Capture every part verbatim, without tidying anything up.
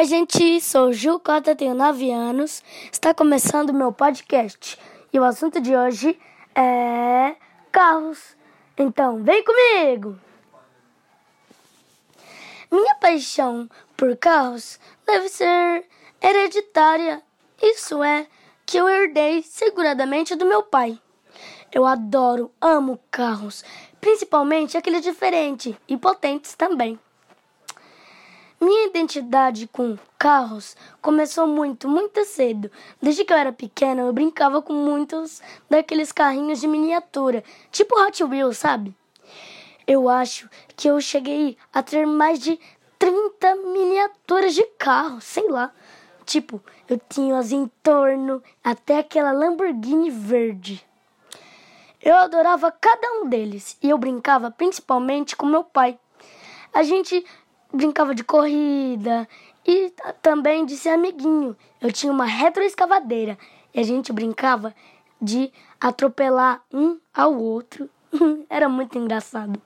Oi, gente, sou Gil Cota, tenho nove anos, está começando o meu podcast e o assunto de hoje é carros. Então, vem comigo! Minha paixão por carros deve ser hereditária, isso é, que eu herdei seguradamente do meu pai. Eu adoro, amo carros, principalmente aqueles diferentes e potentes também. Minha identidade com carros começou muito, muito cedo. Desde que eu era pequena, eu brincava com muitos daqueles carrinhos de miniatura, tipo Hot Wheels, sabe? Eu acho que eu cheguei a ter mais de trinta miniaturas de carro, sei lá. Tipo, eu tinha as em torno, até aquela Lamborghini verde. Eu adorava cada um deles e eu brincava principalmente com meu pai. A gente brincava de corrida e também de ser amiguinho. Eu tinha uma retroescavadeira e a gente brincava de atropelar um ao outro. Era muito engraçado.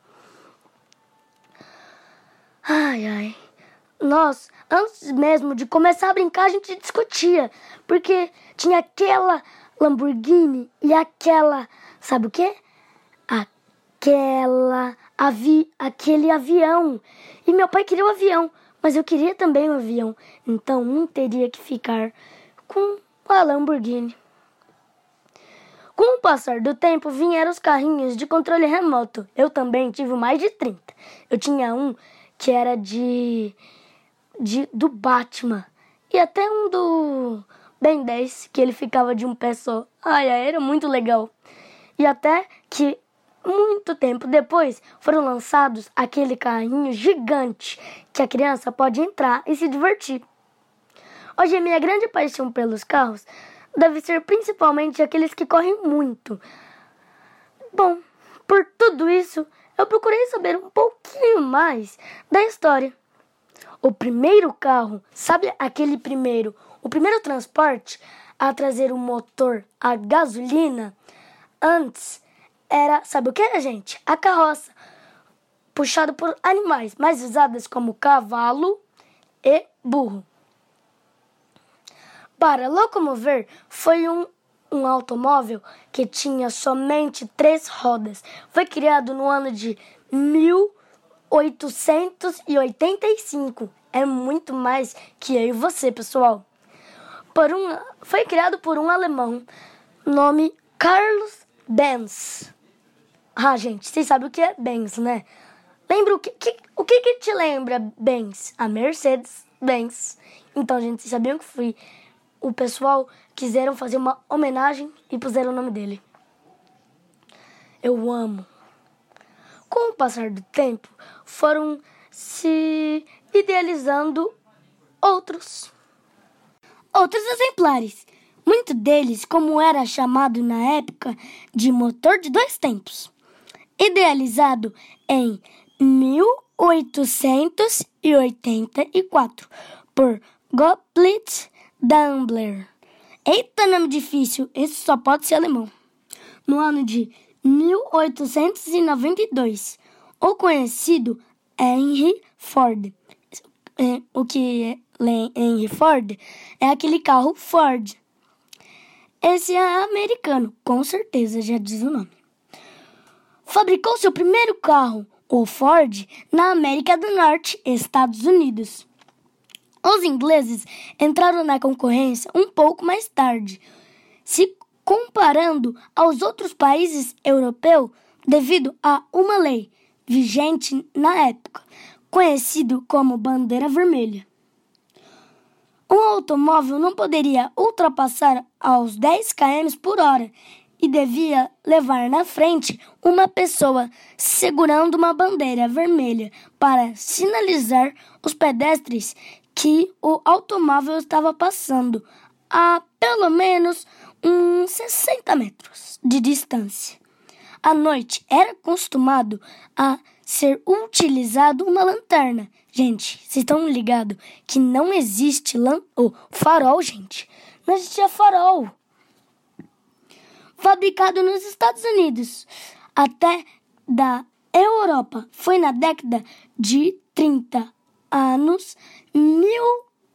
Ai, ai. Nós, antes mesmo de começar a brincar, a gente discutia. Porque tinha aquela Lamborghini e aquela... Sabe o quê? Aquela... Avi, aquele avião. E meu pai queria o avião, mas eu queria também o avião. Então um teria que ficar com a Lamborghini. Com o passar do tempo, vieram os carrinhos de controle remoto. Eu também tive mais de trinta. Eu tinha um que era de, de do Batman. E até um do Ben dez, que ele ficava de um pé só. Ai, ai, era muito legal. E até que... Muito tempo depois, foram lançados aquele carrinho gigante que a criança pode entrar e se divertir. Hoje, a minha grande paixão pelos carros deve ser principalmente aqueles que correm muito. Bom, por tudo isso, eu procurei saber um pouquinho mais da história. O primeiro carro, sabe aquele primeiro, o primeiro transporte a trazer um motor a gasolina, antes... Era, sabe o que, gente? A carroça, puxada por animais, mais usadas como cavalo e burro. Para locomover, foi um, um automóvel que tinha somente três rodas. Foi criado no ano de mil oitocentos e oitenta e cinco. É muito mais que eu e você, pessoal. Por um, foi criado por um alemão, nome Carlos Benz. Ah, gente, vocês sabem o que é Benz, né? Lembra o que, que, o que que te lembra Benz? A Mercedes-Benz. Então, gente, vocês sabiam que foi o pessoal quiseram fazer uma homenagem e puseram o nome dele. Eu amo. Com o passar do tempo, foram se idealizando outros. Outros exemplares. Muitos deles, como era chamado na época, de motor de dois tempos. Idealizado em mil oitocentos e oitenta e quatro por Gottlieb Daimler. Eita, nome difícil, esse só pode ser alemão. No ano de mil oitocentos e noventa e dois, o conhecido Henry Ford. É, o que é Henry Ford é aquele carro Ford. Esse é americano, com certeza, já diz o nome. Fabricou seu primeiro carro, o Ford, na América do Norte, Estados Unidos. Os ingleses entraram na concorrência um pouco mais tarde, se comparando aos outros países europeus devido a uma lei vigente na época, conhecido como Bandeira Vermelha. Um automóvel não poderia ultrapassar aos dez quilômetros por hora e devia levar na frente uma pessoa segurando uma bandeira vermelha para sinalizar os pedestres que o automóvel estava passando a pelo menos uns sessenta metros de distância. À noite era costumado a ser utilizado uma lanterna. Gente, vocês estão ligados que não existe lan... oh, farol, gente. Não existia farol. Fabricado nos Estados Unidos até da Europa. Foi na década de trinta anos, mil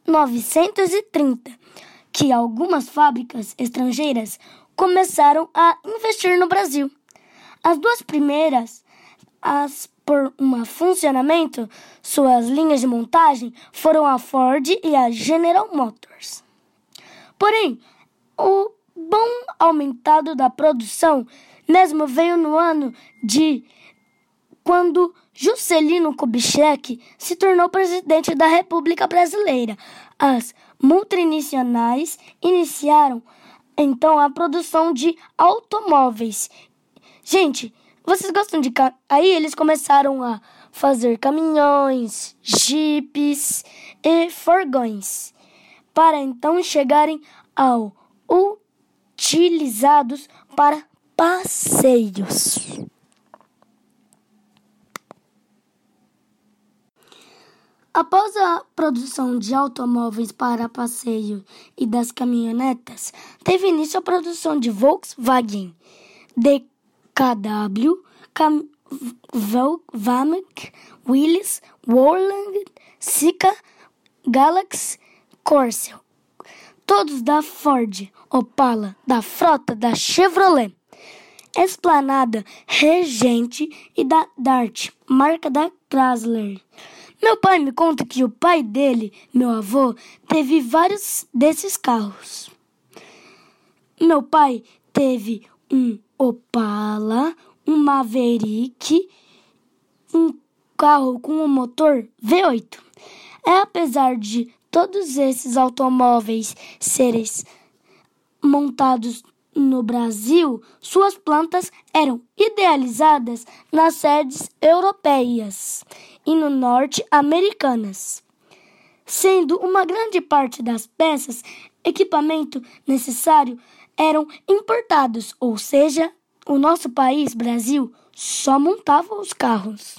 novecentos e trinta, que algumas fábricas estrangeiras começaram a investir no Brasil. As duas primeiras, as por um funcionamento, suas linhas de montagem foram a Ford e a General Motors. Porém, o bom aumentado da produção mesmo veio no ano de quando Juscelino Kubitschek se tornou presidente da República Brasileira. As multinacionais iniciaram então a produção de automóveis. Gente, vocês gostam de... Ca... Aí eles começaram a fazer caminhões, jipes e furgões, para então chegarem ao utilizados para passeios. Após a produção de automóveis para passeio e das caminhonetas, teve início a produção de Volkswagen, D K W, Cam- Volkswagen, Willys, Worland, Sika, Galaxy, Corsa, todos da Ford, Opala, da frota da Chevrolet, Esplanada, Regente e da Dart, marca da Chrysler. Meu pai me conta que o pai dele, meu avô, teve vários desses carros. Meu pai teve um Opala, um Maverick, um carro com um motor V oito. É apesar de todos esses automóveis serem montados no Brasil, suas plantas eram idealizadas nas sedes europeias e no norte americanas, sendo uma grande parte das peças, equipamento necessário eram importados, ou seja, o nosso país, Brasil, só montava os carros.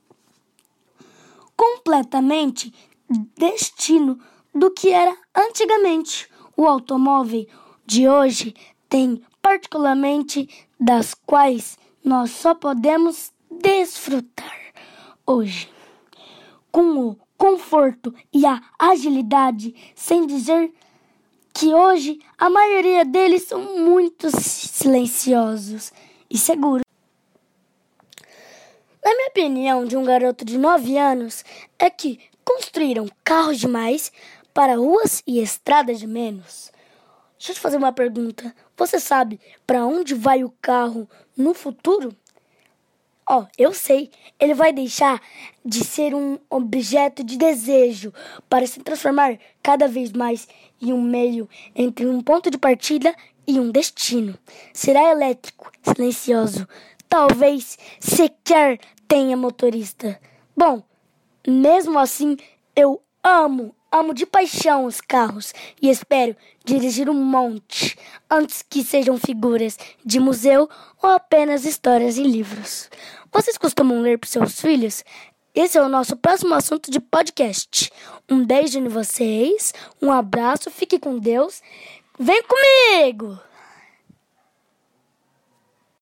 Completamente destino do que era antigamente. O automóvel de hoje tem particularmente das quais nós só podemos desfrutar hoje, com o conforto e a agilidade, sem dizer que hoje a maioria deles são muito silenciosos e seguros. Na minha opinião, de um garoto de nove anos, é que construíram carros demais para ruas e estradas de menos. Deixa eu te fazer uma pergunta. Você sabe para onde vai o carro no futuro? Ó, oh, eu sei. Ele vai deixar de ser um objeto de desejo para se transformar cada vez mais em um meio entre um ponto de partida e um destino. Será elétrico, silencioso. Talvez sequer tenha motorista. Bom, mesmo assim, eu amo Amo de paixão os carros e espero dirigir um monte antes que sejam figuras de museu ou apenas histórias em livros. Vocês costumam ler para seus filhos? Esse é o nosso próximo assunto de podcast. Um beijo em vocês, um abraço, fique com Deus. Vem comigo!